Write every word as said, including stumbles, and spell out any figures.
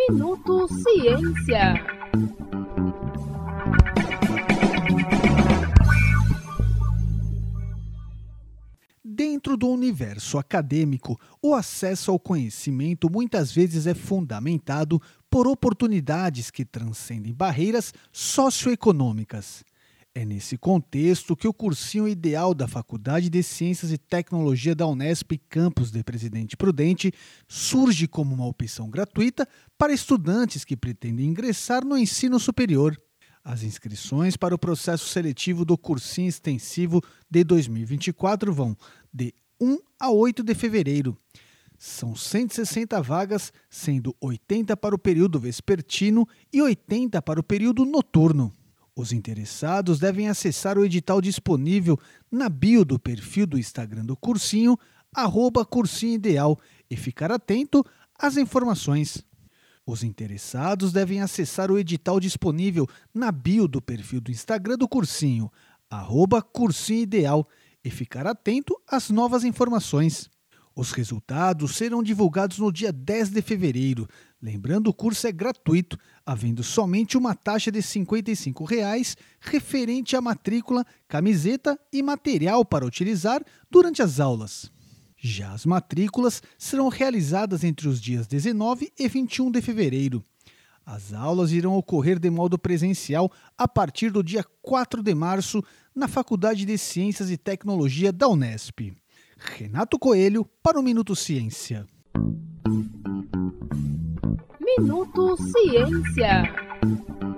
Minuto Ciência. Dentro do universo acadêmico, o acesso ao conhecimento muitas vezes é fundamentado por oportunidades que transcendem barreiras socioeconômicas. É nesse contexto que o cursinho ideal da Faculdade de Ciências e Tecnologia da Unesp, campus de Presidente Prudente, surge como uma opção gratuita para estudantes que pretendem ingressar no ensino superior. As inscrições para o processo seletivo do cursinho extensivo de dois mil e vinte e quatro vão de um a oito de fevereiro. São cento e sessenta vagas, sendo oitenta para o período vespertino e oitenta para o período noturno. Os interessados devem acessar o edital disponível na bio do perfil do Instagram do cursinho, arroba cursinho ideal, e ficar atento às informações. Os interessados devem acessar o edital disponível na bio do perfil do Instagram do cursinho, arroba cursinho ideal, e ficar atento às novas informações. Os resultados serão divulgados no dia dez de fevereiro. Lembrando, o curso é gratuito, havendo somente uma taxa de cinquenta e cinco reais referente à matrícula, camiseta e material para utilizar durante as aulas. Já as matrículas serão realizadas entre os dias dezenove e vinte e um de fevereiro. As aulas irão ocorrer de modo presencial a partir do dia quatro de março na Faculdade de Ciências e Tecnologia da Unesp. Renato Coelho para o Minuto Ciência. Minuto Ciência.